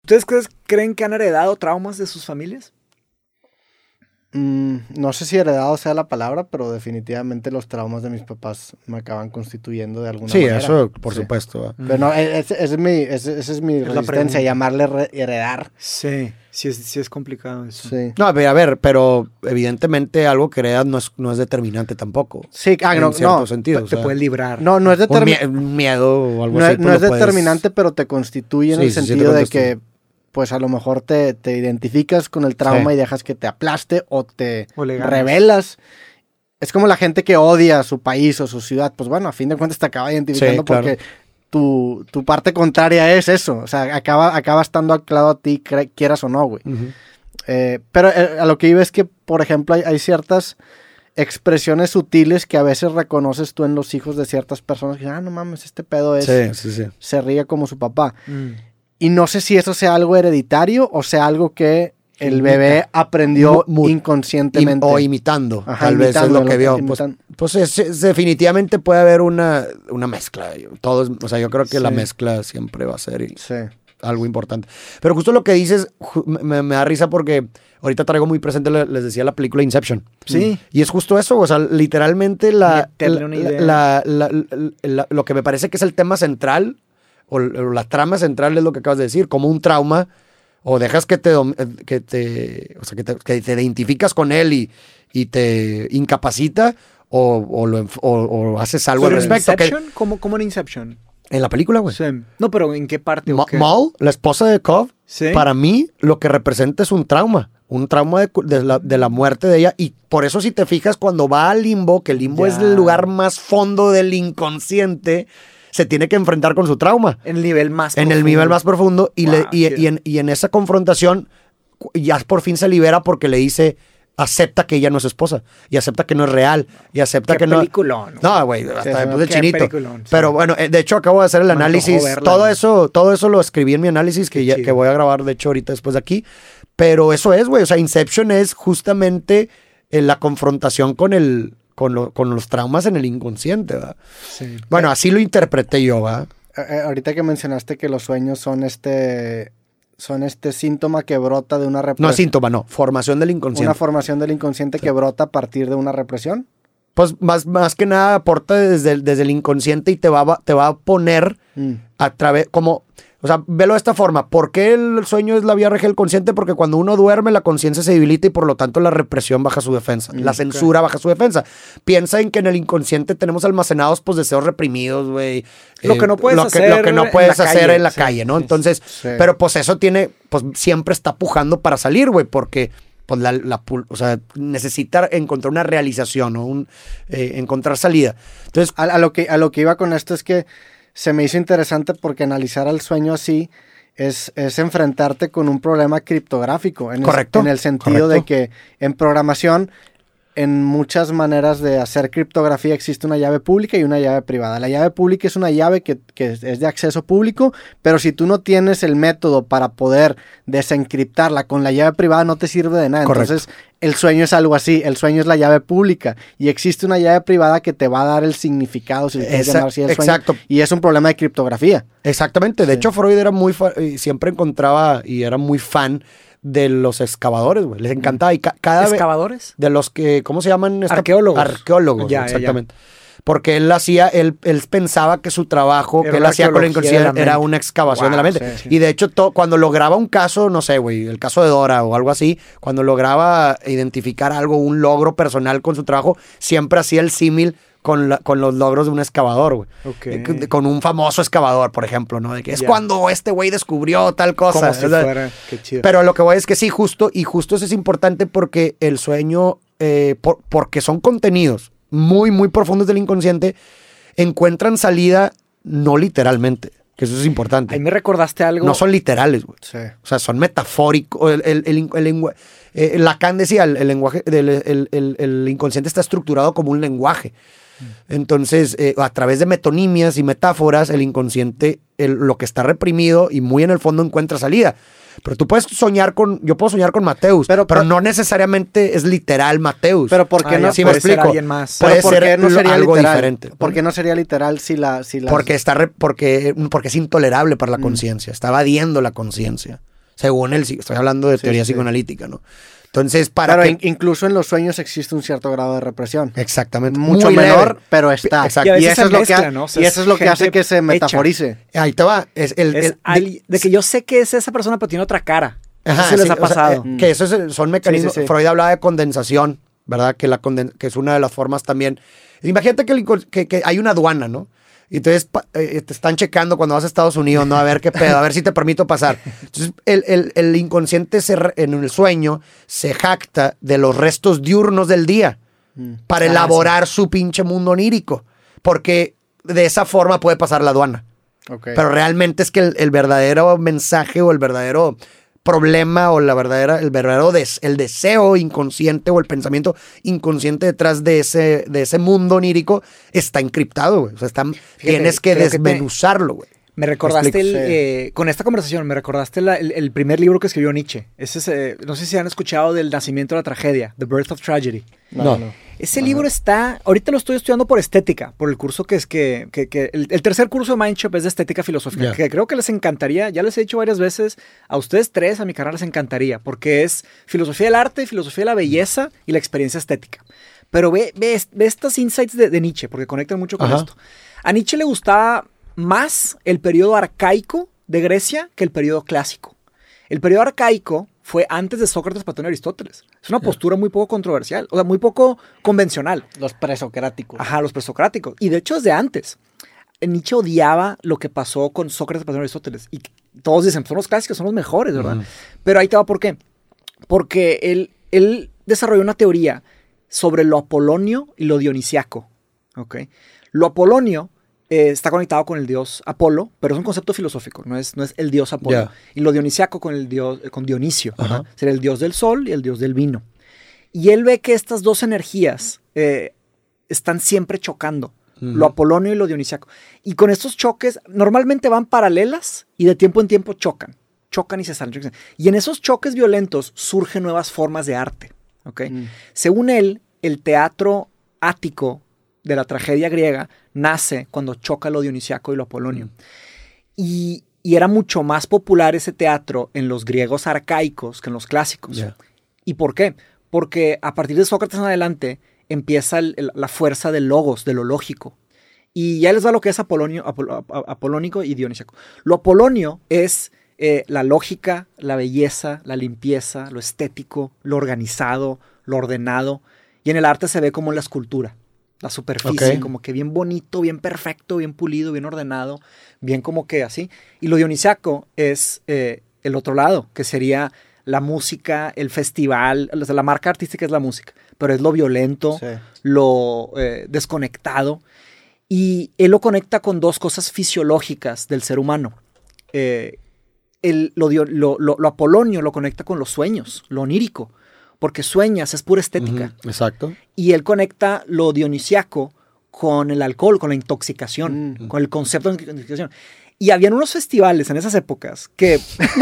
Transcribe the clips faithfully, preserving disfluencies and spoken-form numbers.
¿Ustedes creen que han heredado traumas de sus familias? Mm, no sé si heredado sea la palabra, pero definitivamente los traumas de mis papás me acaban constituyendo de alguna sí, manera. Sí, eso por sí. supuesto. Pero no, esa es, es, mi, es, esa es mi es resistencia, llamarle re- heredar. Sí, sí es, sí es complicado eso. Sí. No, a ver, a ver, pero evidentemente algo que heredas no es, no es determinante tampoco. Sí, ah, en no, cierto no, sentido. Te o sea, puedes librar. No, no es determinante. Un, mie- un miedo o algo no, así. No es puedes... determinante, pero te constituye en sí, el sí, sentido sí, de que pues a lo mejor te, te identificas con el trauma sí. y dejas que te aplaste o te o rebelas. Es como la gente que odia su país o su ciudad. Pues bueno, a fin de cuentas te acaba identificando sí, claro. porque tu, tu parte contraria es eso. O sea, acaba, acaba estando anclado a ti, cre- quieras o no, güey. Uh-huh. Eh, pero eh, a lo que iba es que, por ejemplo, hay, hay ciertas expresiones sutiles que a veces reconoces tú en los hijos de ciertas personas que ah, no mames, este pedo es... Sí, sí, sí. Se ríe como su papá. Mm. Y no sé si eso sea algo hereditario o sea algo que el bebé aprendió Mu- mu- inconscientemente. Im- o imitando, Ajá, tal vez es imitando, lo que vio. Pues, imitando. pues es- es- definitivamente puede haber una, una mezcla. Todo es- o sea, yo creo que Sí. la mezcla siempre va a ser y- Sí. algo importante. Pero justo lo que dices ju- me, me da risa porque ahorita traigo muy presente, le- les decía, la película Inception. Sí. Y es justo eso, o sea, literalmente la, Meterle la- una idea. la- la- la- la- lo que me parece que es el tema central o, l- o la trama central es lo que acabas de decir, como un trauma o dejas que te, dom- eh, que te, o sea, que te, que te identificas con él y, y te incapacita o, o, lo enf- o- o haces algo al ¿Pero en respecto. que- Inception? ¿Cómo, ¿Cómo en Inception? en la película, güey. Sí. No, pero ¿en qué parte? o Ma- qué? Maul, la esposa de Cobb, Sí. para mí lo que representa es un trauma. Un trauma de, cu- de la, de la muerte de ella. Y por eso si te fijas cuando va al limbo, que el limbo Ya. es el lugar más fondo del inconsciente, se tiene que enfrentar con su trauma. En el nivel más En el profundo. nivel más profundo. Y, Wow, le- y, sí. y en, y en esa confrontación cu- ya por fin se libera porque le dice, acepta que ella no es su esposa. Y acepta que no es real. Y acepta Qué que no... peliculón. No, güey, hasta Sí, me sí, puse qué chinito. peliculón, sí. Pero bueno, eh, de hecho acabo de hacer el Me antojó análisis. verla, Todo güey. eso, todo eso lo escribí en mi análisis que, Qué ya, chido. que voy a grabar, de hecho, ahorita después de aquí. Pero eso es, güey. O sea, Inception es justamente eh, la confrontación con el, con, lo- con los traumas en el inconsciente, ¿verdad? Sí. Bueno, así lo interpreté yo, ¿verdad? Eh, eh, ahorita que mencionaste que los sueños son este son este síntoma que brota de una No represión. es síntoma, no. Formación del inconsciente. Una formación del inconsciente que brota a partir de una represión. Pues más, más que nada aporta desde el, desde el inconsciente y te va, va- te va a poner Mm. a través, como, o sea, velo de esta forma. ¿Por qué el sueño es la vía regia del consciente? Porque cuando uno duerme, la conciencia se debilita y por lo tanto la represión baja su defensa. Mm, la censura baja su defensa. Piensa en que en el inconsciente tenemos almacenados pues deseos reprimidos, güey. Lo que no puedes lo que, hacer Lo que no en puedes la hacer calle, en la sí, calle, ¿no? sí, Entonces, sí. pero pues eso tiene, pues siempre está pujando para salir, güey, porque pues la, la pul- o sea, necesita encontrar una realización o un, eh, encontrar salida. Entonces, A, a lo que, a lo que iba con esto es que se me hizo interesante porque analizar el sueño así es, es enfrentarte con un problema criptográfico. En Correcto, El, en el sentido correcto. de que en programación, en muchas maneras de hacer criptografía existe una llave pública y una llave privada. La llave pública es una llave que, que es de acceso público, pero si tú no tienes el método para poder desencriptarla con la llave privada no te sirve de nada. Correcto. Entonces el sueño es algo así, el sueño es la llave pública y existe una llave privada que te va a dar el significado, si le quieres Esa- llamar así, el sueño, exacto. y es un problema de criptografía. exactamente. De Sí. hecho, Freud era muy fa- y siempre encontraba y era muy fan de los excavadores, güey. Les encantaba. Y ca- cada vez. ¿Excavadores? De los que, ¿cómo se llaman? Esta- Arqueólogos. Arqueólogos, Ya, ya, exactamente. Porque él hacía, él, él pensaba que su trabajo, Era que él una hacía con la arqueología de la inconsciencia era mente. una excavación Wow, de la mente. sí, sí. Y de hecho, to- cuando lograba un caso, no sé, güey, el caso de Dora o algo así, cuando lograba identificar algo, un logro personal con su trabajo, siempre hacía el símil con, la- con los logros de un excavador, güey. Ok. Eh, con- Con un famoso excavador, por ejemplo, ¿no? De que es Ya. cuando este güey descubrió tal cosa. Como si o sea, fuera. Qué chido. pero lo que voy es que sí, justo, y justo eso es importante porque el sueño, eh, por- porque son contenidos muy, muy profundos del inconsciente, encuentran salida no literalmente, que eso es importante. Ahí me recordaste algo. No son literales, güey. Sí. O sea, son metafóricos. El, el, el, el lengua- eh, Lacan decía, el, el lenguaje, del- el, el- el inconsciente está estructurado como un lenguaje. Entonces, eh, a través de metonimias y metáforas, el inconsciente, el- lo que está reprimido y muy en el fondo encuentra salida. Pero tú puedes soñar con, yo puedo soñar con Mateus, pero, Pero- pero no necesariamente es literal Mateus. Pero ¿por qué Ah, no? ya, ¿Sí me puede ser explico? alguien más. Puede pero ¿por ser qué no lo- sería algo literal? diferente. ¿Por qué no sería literal si la... Si las- Porque, está re- porque, porque es intolerable para la Mm. conciencia, está evadiendo la conciencia. según él, estoy hablando de Sí, teoría sí. psicoanalítica, ¿no? Entonces, para Pero que... in- incluso en los sueños existe un cierto grado de represión. Exactamente. Mucho Muy menor, leve. pero está. Exacto. Y a Y, veces eso se es lo mezcla, que, ¿no? O ha- sea, y es eso es lo que hace gente que se hecha. metaforice. Ahí te va. Es el, Es el- al- de, que yo sé que es esa persona, pero tiene otra cara. Ajá, Eso se les sí, ha o sea, pasado. eh, que eso es- son mecanismos. Sí, sí, sí. Freud hablaba de condensación, ¿verdad? Que, la conden- que es una de las formas también. Imagínate que, el incon- que, que hay una aduana, ¿no? Y entonces pa- eh, te están checando cuando vas a Estados Unidos, ¿no? A ver qué pedo, a ver si te permito pasar. Entonces, el, el- el inconsciente se re- en el sueño se jacta de los restos diurnos del día para Ah, elaborar su pinche mundo onírico. Porque de esa forma puede pasar la aduana. Ok. Pero realmente es que el, el verdadero mensaje o el verdadero problema o la verdadera, el verdadero des- el deseo inconsciente o el pensamiento inconsciente detrás de ese, de ese mundo onírico está encriptado, güey. O sea, está- tienes que creo que te- desmenuzarlo, güey. Me recordaste, el, explico, sí. eh, con esta conversación, me recordaste la- el, el primer libro que escribió Nietzsche. Ese es, eh, no sé si han escuchado del nacimiento de la tragedia, The Birth of Tragedy. No, No. no. Ese libro está, ahorita lo estoy estudiando por estética, por el curso que es que, que, que el, el tercer curso de Mindshop es de estética filosófica, Ya. que creo que les encantaría, ya les he dicho varias veces, a ustedes tres, a mi canal les encantaría, porque es filosofía del arte, filosofía de la belleza y la experiencia estética. Pero ve, ve, ve estos insights de, de Nietzsche, porque conectan mucho con Ajá. esto. A Nietzsche le gustaba más el periodo arcaico de Grecia que el periodo clásico. El periodo arcaico fue antes de Sócrates, Platón y Aristóteles. Es una postura muy poco controversial, o sea, muy poco convencional. Los presocráticos. Ajá, los presocráticos. Y de hecho, desde antes. Nietzsche odiaba lo que pasó con Sócrates, Platón y Aristóteles. Y todos dicen, son los clásicos, son los mejores, ¿verdad? Ujú. Pero ahí te va por qué. Porque él, él desarrolló una teoría sobre lo apolonio y lo dionisiaco. ¿Ok? Lo apolonio eh, está conectado con el dios Apolo, pero es un concepto filosófico, no es, no es el dios Apolo. Ya. Y lo dionisiaco con, el dios, con Dionisio, ¿verdad? Ajá. Sería el dios del sol y el dios del vino. Y él ve que estas dos energías eh, están siempre chocando, Ujú. lo apolonio y lo dionisiaco. Y con estos choques, normalmente van paralelas y de tiempo en tiempo chocan. Chocan y se salen. chocan. Y en esos choques violentos surgen nuevas formas de arte. ¿Ok? Mm. Según él, el teatro ático de la tragedia griega nace cuando choca lo dionisiaco y lo apolonio. Mm. Y, y era mucho más popular ese teatro en los griegos arcaicos que en los clásicos. Ya. ¿Y por qué? Porque a partir de Sócrates en adelante empieza el- el- la fuerza del logos, de lo lógico. Y ya les va lo que es apolonio, apolo- ap- apolónico y dionisíaco. Lo apolonio es eh, la lógica, la belleza, la limpieza, lo estético, lo organizado, lo ordenado. Y en el arte se ve como la escultura, la superficie, Ok. como que bien bonito, bien perfecto, bien pulido, bien ordenado, bien como que así. Y lo dionisiaco es eh, el otro lado, que sería la música, el festival, o sea, la marca artística es la música, pero es lo violento, Sí. lo eh, desconectado. Y él lo conecta con dos cosas fisiológicas del ser humano. Eh, el- lo, dio- lo- lo- lo apolonio lo conecta con los sueños, lo onírico, porque sueñas, es pura estética. Ujú. Exacto. Y él conecta lo dionisiaco con el alcohol, con la intoxicación, Mm. con el concepto de intoxicación. Y habían unos festivales en esas épocas que,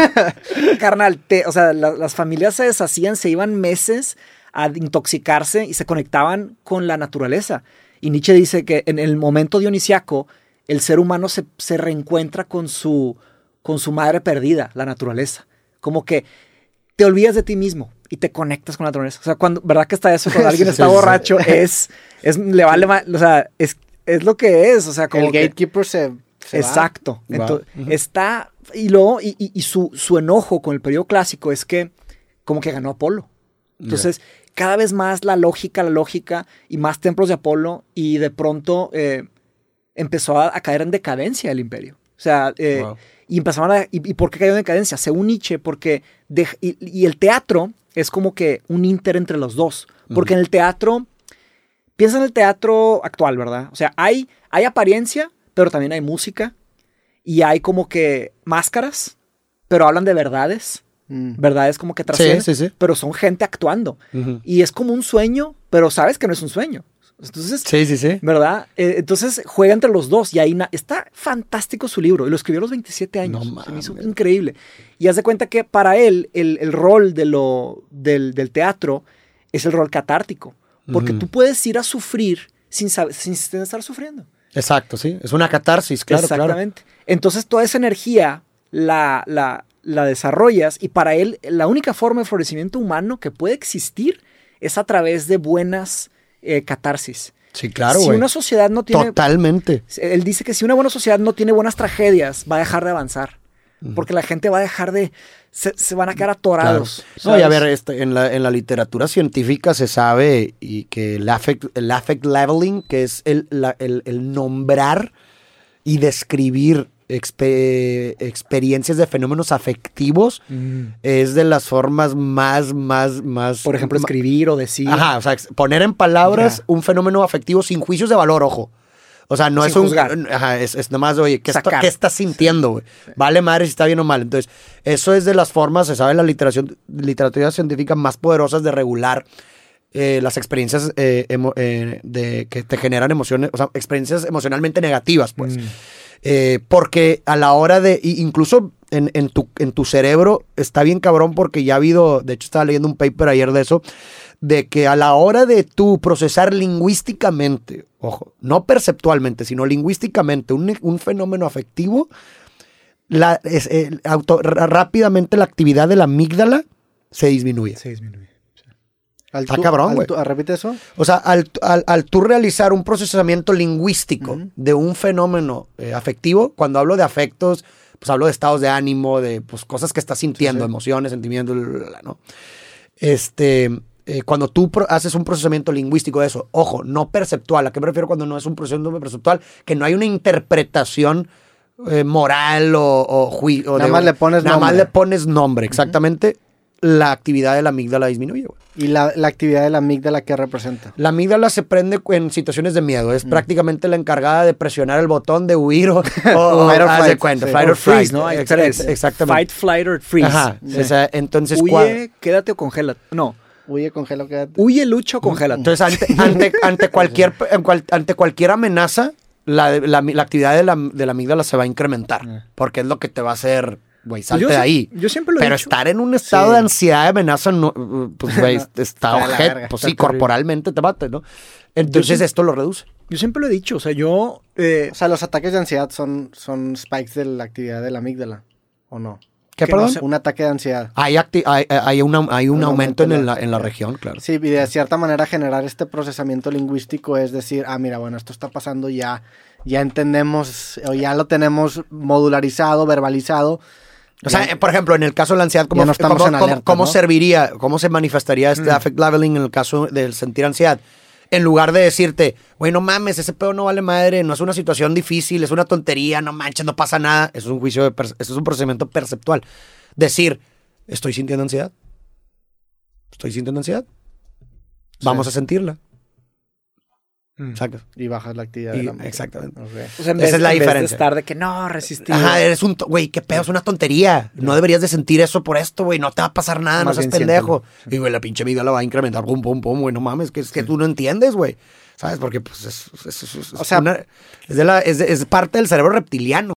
carnal, te- o sea, la- las familias se deshacían, se iban meses a intoxicarse y se conectaban con la naturaleza. Y Nietzsche dice que en el momento dionisiaco, el ser humano se, se reencuentra con su, con su madre perdida, la naturaleza. Como que te olvidas de ti mismo y te conectas con la naturaleza. O sea, cuando, ¿verdad que está eso? Cuando alguien Sí, está sí, sí. borracho, es, es, le vale más, o sea, es, es lo que es. O sea, como El que- gatekeeper se, se va. Exacto. Wow. Entonces, Ujú. está, y luego, y, y- y su, su enojo con el periodo clásico es que como que ganó Apolo. Entonces, cada vez más la lógica, la lógica, y más templos de Apolo, y de pronto eh, empezó a, a caer en decadencia el imperio. O sea, eh, Wow. y empezaron a, y, ¿y por qué cayó en decadencia? Según Nietzsche, porque, de- y, y el teatro es como que un inter entre los dos. Porque en el teatro, piensa en el teatro actual, ¿verdad? O sea, hay, hay apariencia, pero también hay música, y hay como que máscaras, pero hablan de verdades. Mm. Verdades como que trascienden, sí, sí. pero son gente actuando. Ujú. Y es como un sueño, pero sabes que no es un sueño. Entonces, Sí, sí, sí. ¿verdad? Eh, entonces juega entre los dos y ahí na- está fantástico su libro. Y lo escribió a los veintisiete años. No Se me hizo mames. increíble. Y haz de cuenta que para él el, el rol de lo, del, del teatro es el rol catártico. Porque Ujú. tú puedes ir a sufrir sin, sab- sin estar sufriendo. Exacto, sí. Es una catarsis, claro, claro. Exactamente. Entonces toda esa energía la, la, la desarrollas y para él la única forma de florecimiento humano que puede existir es a través de buenas eh, catarsis. Sí, claro, Si güey. una sociedad no tiene... Totalmente. Él dice que si una buena sociedad no tiene buenas tragedias, va a dejar de avanzar. Uh-huh. Porque la gente va a dejar de... Se, se van a quedar atorados. Claro. No, y a ver, este, en, la, en la literatura científica se sabe y que el affect, el affect leveling, que es el, la, el, el nombrar y describir exper, experiencias de fenómenos afectivos, mm. es de las formas más, más, más... Por ejemplo, escribir o decir. Ajá, o sea, poner en palabras yeah. un fenómeno afectivo sin juicios de valor, ojo. O sea, no sin es un... juzgar. Ajá, es, es nomás, oye, ¿qué, está, ¿qué estás sintiendo, güey? Sí. Vale madre si está bien o mal. Entonces, eso es de las formas, se sabe en la literatura, literatura científica más poderosas de regular eh, las experiencias eh, emo, eh, de, que te generan emociones, o sea, experiencias emocionalmente negativas, pues. Mm. Eh, porque a la hora de... Incluso en, en, tu, en tu cerebro está bien cabrón porque ya ha habido... De hecho, estaba leyendo un paper ayer de eso, de que a la hora de tú procesar lingüísticamente, ojo, no perceptualmente, sino lingüísticamente, un, un fenómeno afectivo, la, es, eh, auto, rápidamente la actividad de la amígdala se disminuye. Se disminuye. Está tú, cabrón, güey. ¿Repite eso? O sea, al, al, al tú realizar un procesamiento lingüístico uh-huh. de un fenómeno eh, afectivo, cuando hablo de afectos, pues hablo de estados de ánimo, de pues, cosas que estás sintiendo, sí, sí. emociones, sentimientos, ¿no? Este... Eh, cuando tú pro- haces un procesamiento lingüístico de eso, ojo, no perceptual. ¿A qué me refiero cuando no es un procesamiento perceptual? Que no hay una interpretación eh, moral o, o juicio. Nada de, más le pones nada nombre. Nada más le pones nombre, exactamente. Uh-huh. La actividad de la amígdala disminuye, güey. ¿Y la, la actividad de la amígdala qué representa? La amígdala se prende en situaciones de miedo. Es mm. prácticamente la encargada de presionar el botón de huir o, o, o flight or haz flight, de cuenta. Sí. Flight or, or freeze, freeze, ¿no? Hay tres. Exactamente. Fight, flight or freeze. Ajá. Sí. O sea, entonces, huye, ¿cuál? quédate o congélate. No. Huye, congela, quédate. Huye, lucha o congélate. Entonces, ante, ante, ante, cualquier, ante cualquier amenaza, la, la, la actividad de la, de la amígdala se va a incrementar. Porque es lo que te va a hacer, güey, salte yo, de ahí. Yo siempre lo he Pero dicho. estar en un estado sí. de ansiedad, de amenaza, no, pues, güey, está objeto. Pues sí, terrible. Corporalmente te mate, ¿no? Entonces, esto lo reduce. Yo siempre lo he dicho, o sea, yo... Eh, o sea, los ataques de ansiedad son, son spikes de la actividad de la amígdala, ¿o no? ¿Qué, perdón? No sé, un ataque de ansiedad. Hay, acti- hay, hay, una, hay un, un aumento, aumento en, la, en la región, claro. Sí, y de cierta manera generar este procesamiento lingüístico es decir, ah, mira, bueno, esto está pasando ya, ya entendemos, o ya lo tenemos modularizado, verbalizado. O sea, por ejemplo, en el caso de la ansiedad, ¿cómo, no cómo, alerta, cómo, cómo ¿no? serviría, cómo se manifestaría este mm. affect leveling en el caso del sentir ansiedad? En lugar de decirte, güey, no mames, ese pedo no vale madre, no es una situación difícil, es una tontería, no manches, no pasa nada. Eso es un juicio, de per- eso es un procedimiento perceptual. Decir, estoy sintiendo ansiedad. Estoy sintiendo ansiedad. Vamos sí. a sentirla. Mm. Exacto. Y bajas la actividad y, de la mente. Exactamente. Okay. O sea, en vez, Esa es la en diferencia. Vez de estar de que no, resistir. Ajá, eres un... Güey, qué pedo, es una tontería. No deberías de sentir eso por esto, güey. No te va a pasar nada, Más no seas pendejo. Siéntelo. Y, güey, la pinche vida la va a incrementar. Pum, pum, pum, güey. No mames, que es que tú no entiendes, güey. ¿Sabes? Porque, pues, es, es, es, es, o sea, una, es, de la, es, de, es parte del cerebro reptiliano.